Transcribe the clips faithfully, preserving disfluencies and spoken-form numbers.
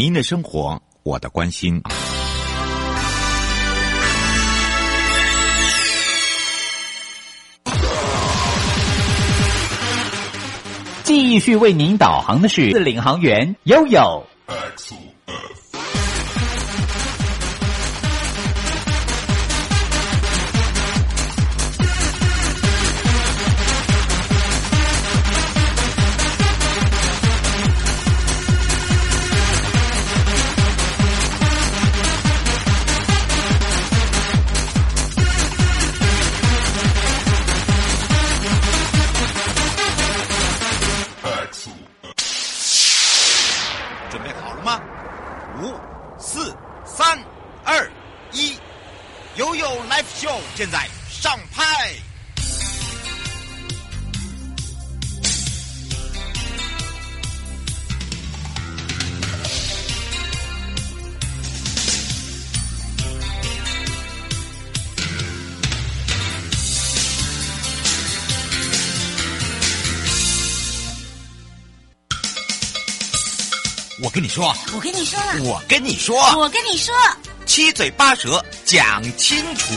您的生活，我的关心。 继续为您导航的是领航员悠悠。 现在上拍。我跟你说， 我跟你说了， 我跟你说， 我跟你说， 七嘴八舌讲清楚。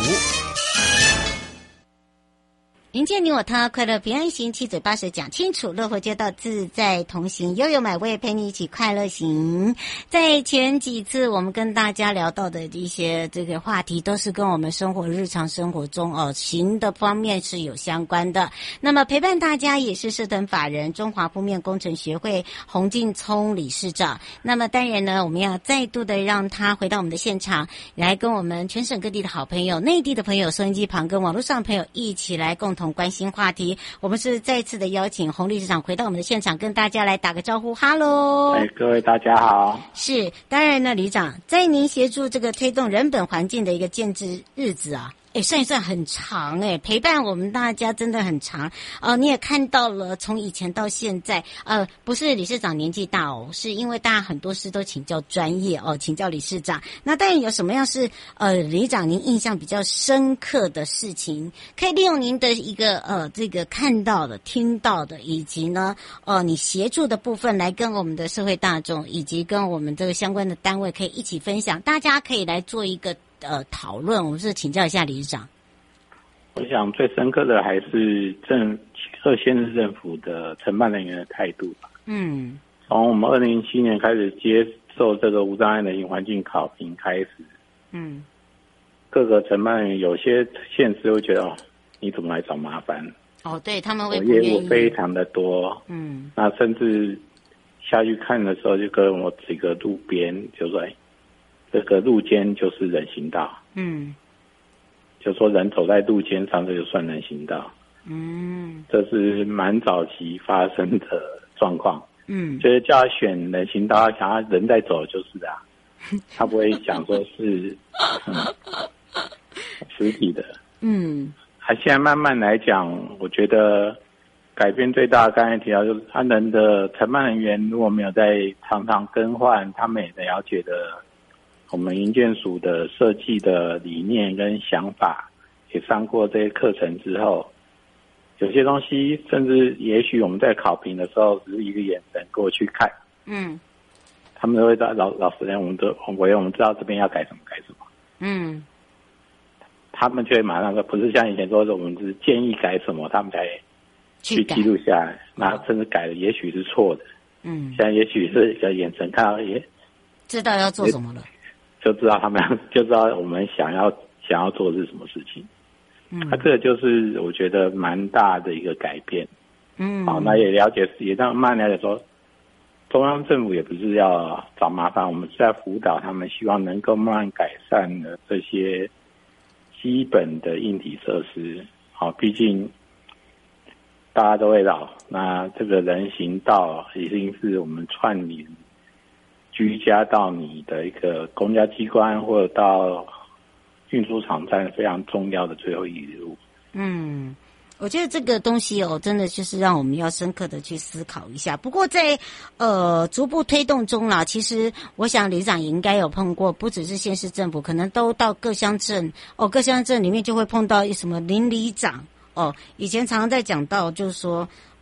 迎接你我他，快乐平安行，七嘴八舌讲清楚，乐活街道自在同行，悠悠买我也陪你一起快乐行。在前几次我们跟大家聊到的一些这个话题，都是跟我们生活日常生活中哦行的方面是有相关的。那么陪伴大家也是社团法人中华铺面工程学会洪敬聪理事长。那么当然呢，我们要再度的让他回到我们的现场，来跟我们全省各地的好朋友、内地的朋友、收音机旁跟网络上的朋友一起来共同关心话题。我们是再次的邀请洪理事长回到我们的现场，跟大家来打个招呼。哈喽， 哎，各位大家好。 是，当然呢，理事长在您协助这个推动人本环境的一个建制日子啊。哎，算一算很长哎，陪伴我们大家真的很长呃，你也看到了，从以前到现在，呃，不是理事长年纪大哦，是因为大家很多事都请教专业哦，请教理事长。那当然有什么样是呃理事长您印象比较深刻的事情，可以利用您的一个呃这个看到的、听到的，以及呢呃你协助的部分，来跟我们的社会大众以及跟我们这个相关的单位可以一起分享，大家可以来做一个。呃，讨论，我们是请教一下理事长。 我想最深刻的还是政各县市政府的承办人员的态度吧。嗯，从我们二零零七年开始接受这个无障碍人行环境考评开始，嗯，各个承办人员有些县市会觉得哦，你怎么来找麻烦？ 哦，对他们会不愿意， 业务非常的多，嗯，那甚至下去看的时候，就跟我几个路边就说。这个路肩就是人行道，嗯，就说人走在路肩上，这就算人行道，嗯，这是蛮早期发生的状况，嗯，就是叫他选人行道，他想要人在走就是啊，他不会想说是嗯实体的，嗯，他现在慢慢来讲，我觉得改变最大的，刚才提到就是他人的承办人员如果没有在常常更换，他们也了解的。我们营建署的设计的理念跟想法，也上过这些课程之后，有些东西甚至也许我们在考评的时候，只是一个眼神过去看，嗯，他们都会老老实人，我们都我我们知道这边要改什么改什么，嗯，他们就会马上说，不是像以前说我们只是建议改什么，他们才去记录下来，然后甚至改的也许是错的，嗯，现在也许是一个眼神看到也知道要做什么了。 就知道他们就知道我们想要想要做的是什么事情，嗯，那、啊、这个就是我觉得蛮大的一个改变，嗯，好，那也了解，也让慢慢了解说，中央政府也不是要找麻烦，我们是在辅导他们，希望能够慢慢改善的这些基本的硬体设施，好，毕竟大家都会老，那这个人行道已经是我们串联。居家到你的一个公家机关或者到运输场站非常重要的最后一路。嗯， 我觉得这个东西哦，真的就是让我们要深刻的去思考一下。不过在呃逐步推动中啦，其实我想理事长也应该有碰过，不只是县市政府，可能都到各乡镇哦，各乡镇里面就会碰到什么邻里长哦。以前常常在讲到，就是说。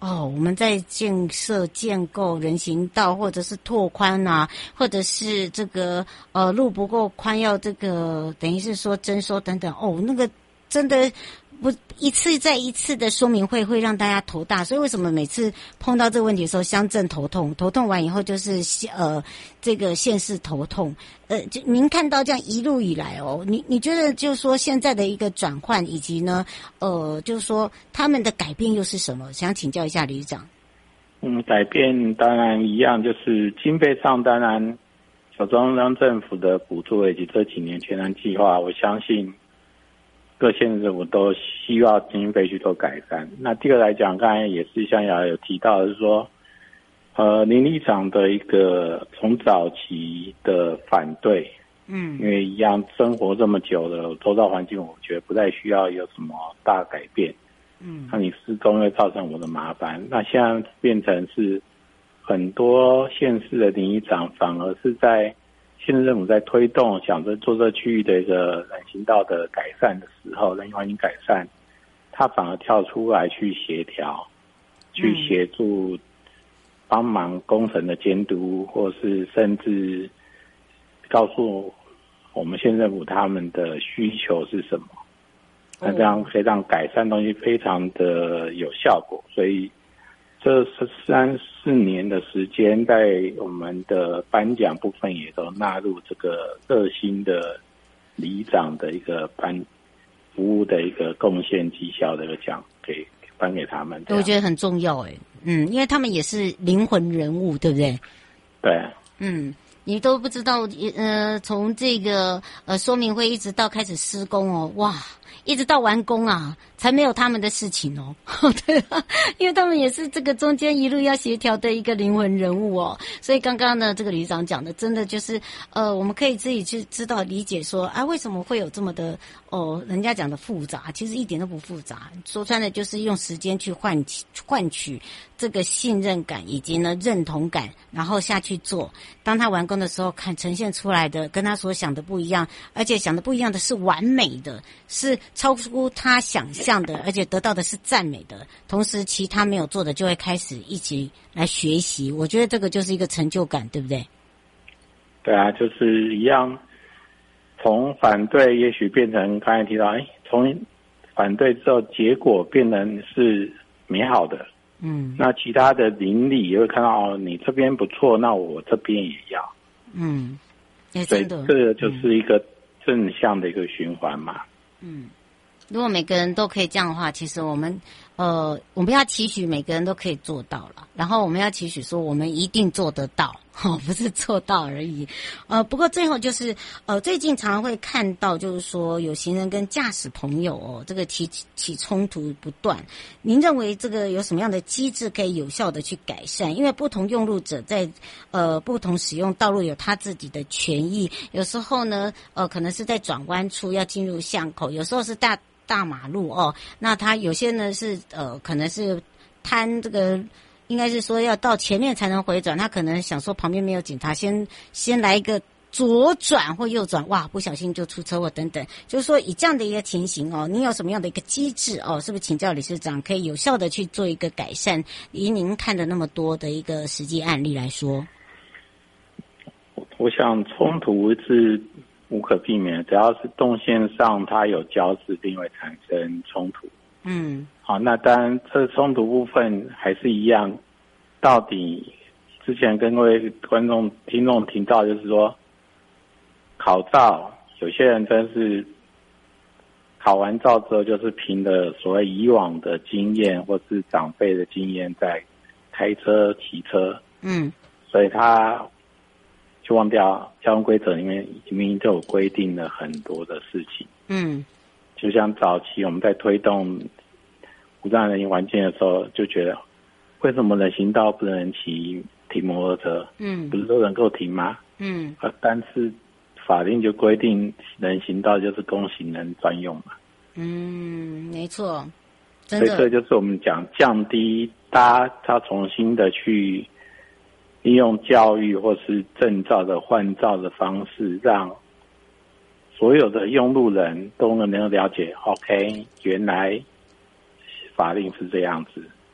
哦，我们在建设、建构人行道，或者是拓宽啊，或者是这个呃路不够宽，要这个等于是说征收等等。哦，那个真的不一次再一次的说明会会让大家头大，所以为什么每次碰到这个问题的时候，乡镇头痛，头痛完以后就是呃这个县市头痛。呃，就您看到这样一路以来哦，你你觉得就是说现在的一个转换，以及呢，呃，就是说他们的改变又是什么？想请教一下旅长。 嗯，改变当然一样，就是经费上当然有中央政府的补助以及这几年全然计划，我相信各县政府都希望经费去做改善。那第二个来讲，刚才也是像雅有提到的是说，呃，林里长的一个从早期的反对，嗯，因为一样生活这么久了，周遭环境我觉得不太需要有什么大改变，嗯，那你施工会造成我的麻烦。那现在变成是很多县市的林里长反而是在县政府在推动想着做这区域的一个人行道的改善的时候，人行环境改善，他反而跳出来去协调，去协助帮忙工程的监督，或是甚至告诉我们县政府他们的需求是什么，那这样可以让改善东西非常的有效果。所以这三四年的时间，在我们的颁奖部分也都纳入这个热心的里长的一个颁服务的一个贡献绩效的一个奖，给颁给他们。 我觉得很重要诶，嗯，因为他们也是灵魂人物，对不对？ 对， 嗯。你都不知道，呃，从这个呃说明会一直到开始施工哦，哇，一直到完工啊，才没有他们的事情哦。对啊，因为他们也是这个中间一路要协调的一个灵魂人物哦。所以刚刚呢，这个旅长讲的，真的就是呃，我们可以自己去知道理解说，啊，为什么会有这么的哦？人家讲的复杂，其实一点都不复杂。说穿了就是用时间去换取换取这个信任感以及呢认同感，然后下去做。当他完工的时候，看呈现出来的跟他所想的不一样，而且想的不一样的是完美的，是超出他想象的，而且得到的是赞美的。同时，其他没有做的就会开始一起来学习。我觉得这个就是一个成就感，对不对？ 对啊，就是一样，从反对也许变成刚才提到，哎，从反对之后结果变成是美好的。嗯，那其他的邻里也会看到哦，你这边不错，那我这边也要。嗯，也真的，所以这个就是一个正向的一个循环嘛。 嗯，如果每个人都可以这样的话，其实我们呃，我们要期许每个人都可以做到了，然后我们要期许说我们一定做得到，哦，不是做到而已。呃，不过最后就是呃，最近常常会看到，就是说有行人跟驾驶朋友哦，这个起起冲突不断。您认为这个有什么样的机制可以有效的去改善？因为不同用路者在呃不同使用道路有他自己的权益，有时候呢，呃，可能是在转弯处要进入巷口，有时候是大大马路哦，那他有些呢是呃，可能是摊这个。应该是说要到前面才能回转，他可能想说旁边没有警察，先先来一个左转或右转，哇，不小心就出车祸等等。就是说以这样的一个情形哦，您有什么样的一个机制哦？是不是请教理事长可以有效的去做一个改善？以您看的那么多的一个实际案例来说， 我想冲突是无可避免，只要是动线上它有交织，一定会产生冲突。嗯，好，那当然这冲突部分还是一样，到底之前跟各位观众听众听到，就是说考照，有些人真是考完照之后，就是凭着所谓以往的经验或是长辈的经验在开车骑车，嗯，所以他就忘掉交通规则里面明明就有规定了很多的事情，嗯。就像早期我们在推动无障碍人行环境的时候，就觉得为什么人行道不能骑停摩托车？嗯，不是都能够停吗？嗯，啊，但是法令就规定人行道就是供行人专用嘛。 嗯，没错，真的。 所以这就是我们讲降低大家他重新的去利用教育或是证照的换照的方式，让所有的用路人都能够了解 ，OK， 原来法令是这样子，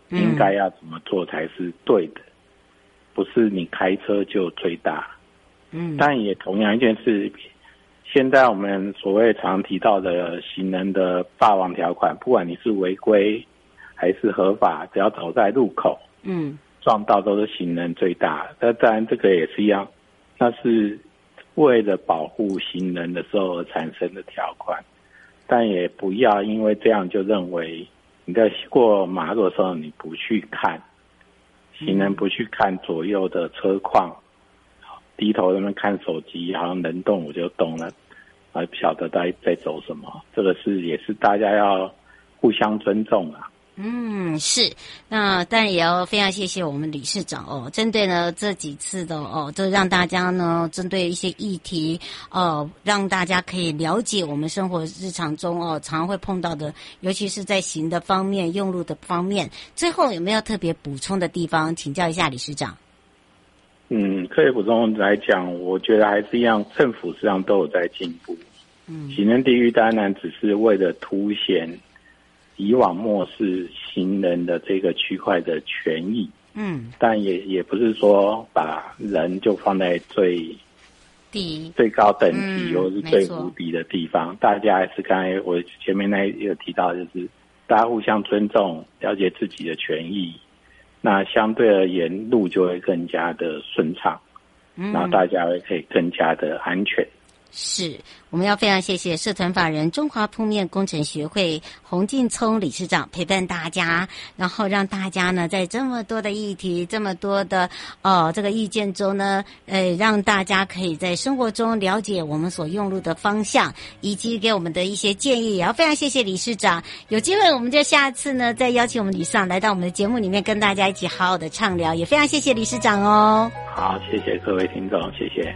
应该要怎么做才是对的，不是你开车就最大。嗯，但也同样一件事，现在我们所谓常提到的行人的霸王条款，不管你是违规还是合法，只要走在路口，嗯，撞到都是行人最大。那当然这个也是一样，那是为了保护行人的时候而产生的条款，但也不要因为这样就认为你在过马路的时候你不去看行人，不去看左右的车况，低头在那边看手机，好像能动我就动了，啊，不晓得在在走什么。这个是也是大家要互相尊重啊。 嗯，是，那当然也要非常谢谢我们理事长哦。针对呢这几次的哦，就让大家呢针对一些议题，呃，让大家可以了解我们生活日常中哦常会碰到的，尤其是在行的方面、用路的方面。最后有没有特别补充的地方？请教一下理事长。 嗯，可以补充来讲，我觉得还是一样，政府实际上都有在进步。嗯，行人地狱当然只是为了凸显以往漠视行人的这个区块的权益，嗯，但也也不是说把人就放在最低最高等级，或、嗯、是最无敌的地方。大家还是刚才我前面那有提到，就是大家互相尊重，了解自己的权益，那相对而言路就会更加的顺畅，嗯，然后大家会可以更加的安全。 是，我们要非常谢谢社团法人中华铺面工程学会洪进聪理事长陪伴大家，然后让大家呢在这么多的议题、这么多的呃这个意见中呢，呃让大家可以在生活中了解我们所用路的方向，以及给我们的一些建议。也要非常谢谢理事长，有机会我们就下次呢再邀请我们理事长来到我们的节目里面跟大家一起好好的畅聊。也非常谢谢理事长哦。 好，谢谢各位听众，谢谢。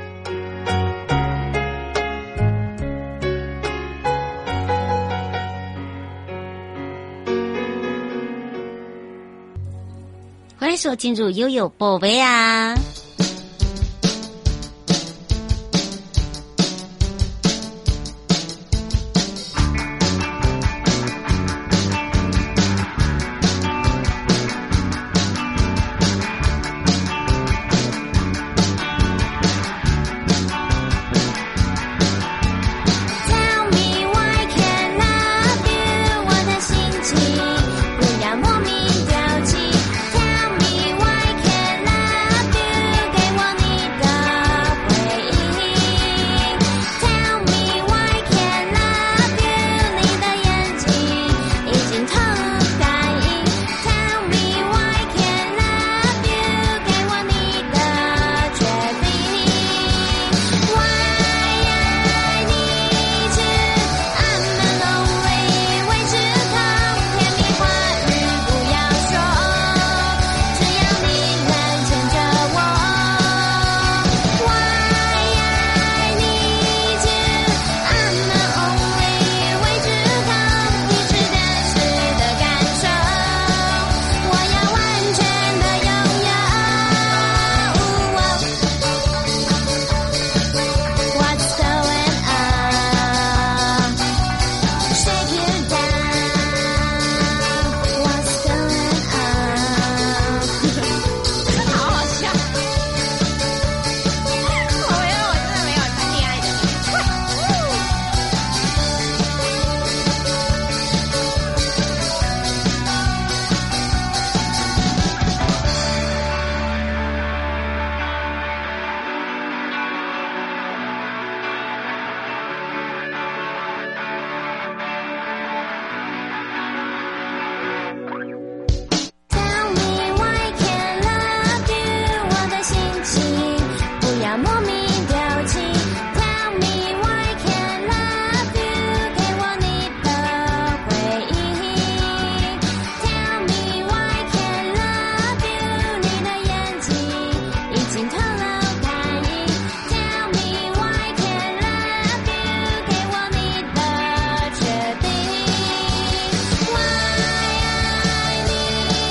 欢迎说进入悠悠宝贝啊。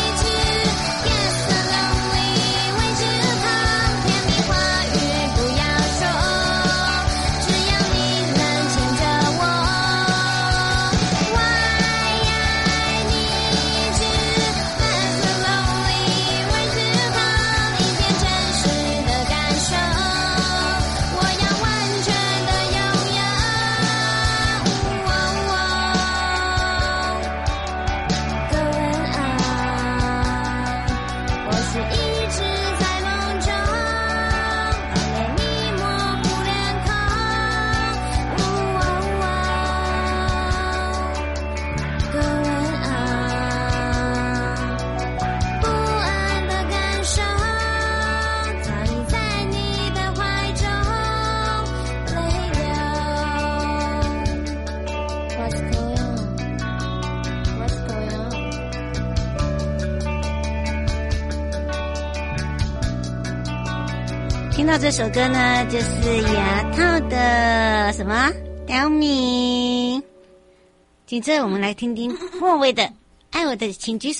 不要听到这首歌呢，就是牙套的什么 Tell Me。紧接着我们来听听莫蔚的《爱我的请举手》。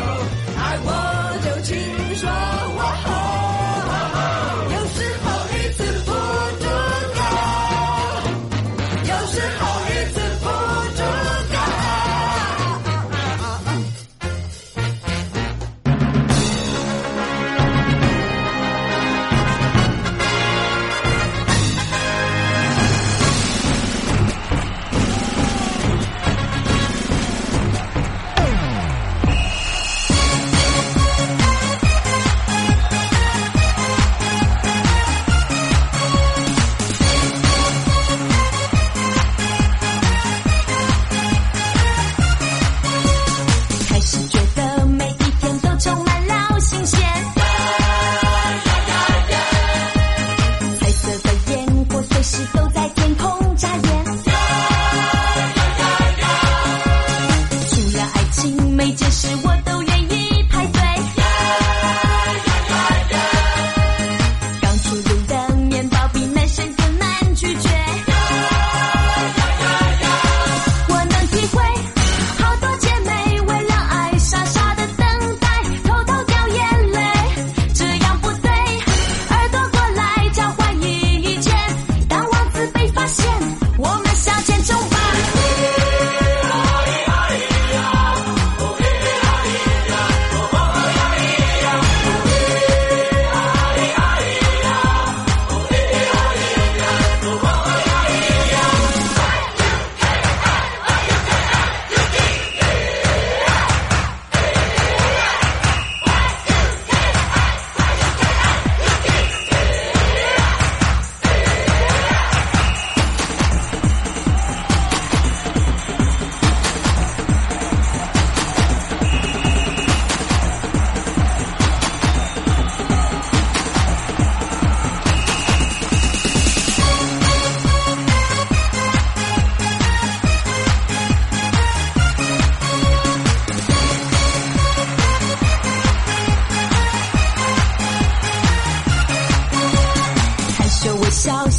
爱我就请说，有时候一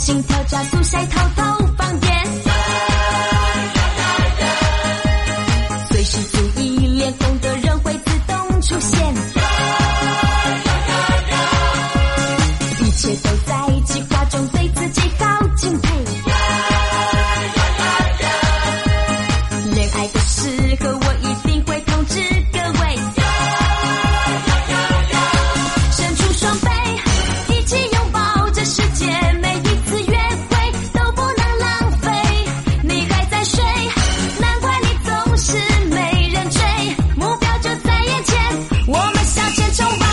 心跳加速晒头头方便，随时注意脸红的人会自动出现，一切都在计划中，对自己好敬佩，恋爱的时候我一定会通知各位，伸出双臂一起拥抱这世界，每一次约会都不能浪费，你还在睡，难怪你总是没人追，目标就在眼前，我们向前冲吧。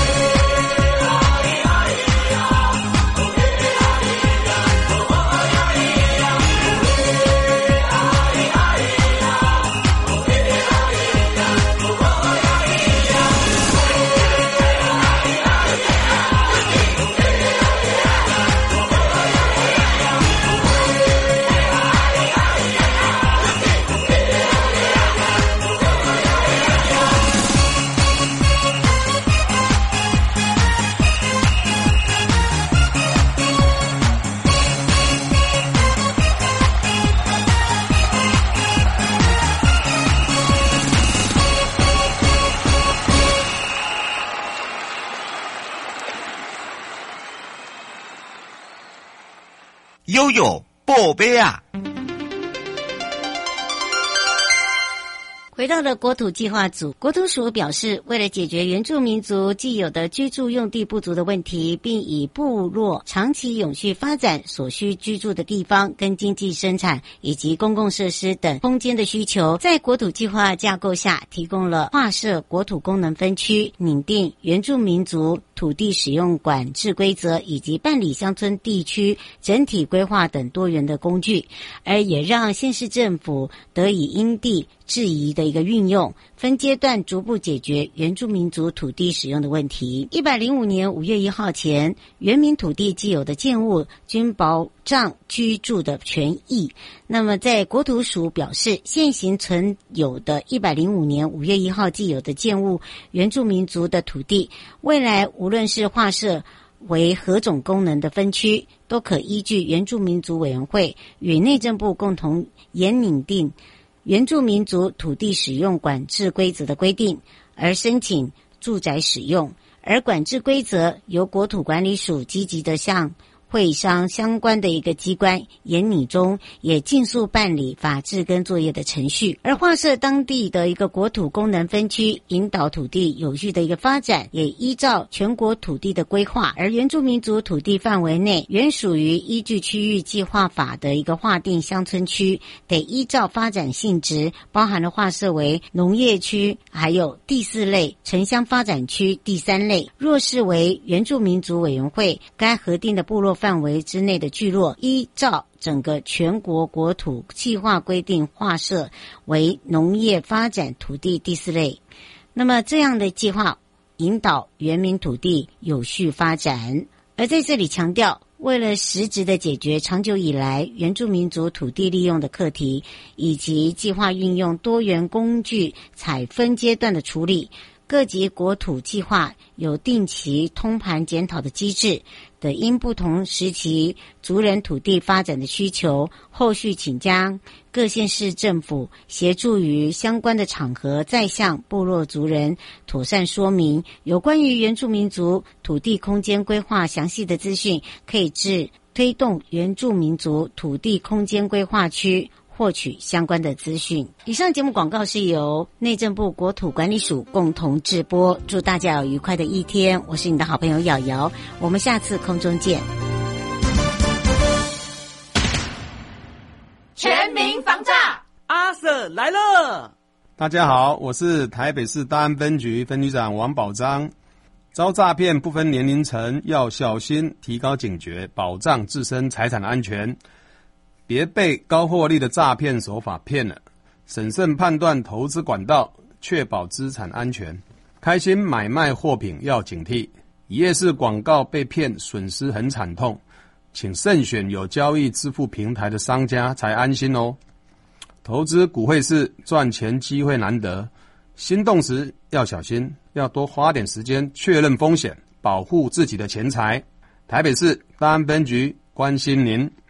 悠悠宝贝啊！ 回到了国土计划组，国土署表示，为了解决原住民族既有的居住用地不足的问题，并以部落长期永续发展所需居住的地方跟经济生产以及公共设施等空间的需求，在国土计划架构下提供了划设国土功能分区、拟定原住民族土地使用管制规则以及办理乡村地区整体规划等多元的工具，而也让县市政府得以因地制宜的一个运用，分阶段逐步解决原住民族土地使用的问题。一百零五年五月一号前，原民土地既有的建物均保障居住的权益。那么在国土署表示，现行存有的一百零五年五月一号既有的建物原住民族的土地，未来无论是划设为何种功能的分区，都可依据原住民族委员会与内政部共同研拟定原住民族土地使用管制规则的规定，而申请住宅使用，而管制规则由国土管理署积极的向会商相关的一个机关研拟中，也尽速办理法制跟作业的程序。而划设当地的一个国土功能分区，引导土地有序的一个发展，也依照全国土地的规划。而原住民族土地范围内原属于依据区域计划法的一个划定乡村区，得依照发展性质，包含了划设为农业区，还有第四类城乡发展区第三类。若是为原住民族委员会该核定的部落范围之内的聚落，依照整个全国国土计划规定划设为农业发展土地第四类。那么这样的计划引导原民土地有序发展。而在这里强调，为了实质的解决长久以来原住民族土地利用的课题，以及计划运用多元工具采分阶段的处理，各级国土计划有定期通盘检讨的机制，的因不同时期族人土地发展的需求，后续请将各县市政府协助于相关的场合，再向部落族人妥善说明有关于原住民族土地空间规划详细的资讯，可以至推动原住民族土地空间规划区获取相关的资讯。以上节目广告是由内政部国土管理署共同制播，祝大家有愉快的一天。我是你的好朋友瑶瑶，我们下次空中见。 全民防诈，阿 Sir 来了。 大家好，我是台北市大安分局分局长王宝章。遭诈骗不分年龄层，要小心，提高警觉，保障自身财产的安全，别被高获利的诈骗手法骗了，审慎判断投资管道，确保资产安全。开心买卖货品要警惕，一页式广告被骗，损失很惨痛，请慎选有交易支付平台的商家才安心哦。投资股汇市赚钱机会难得，心动时要小心，要多花点时间确认风险，保护自己的钱财。台北市大安分局关心您。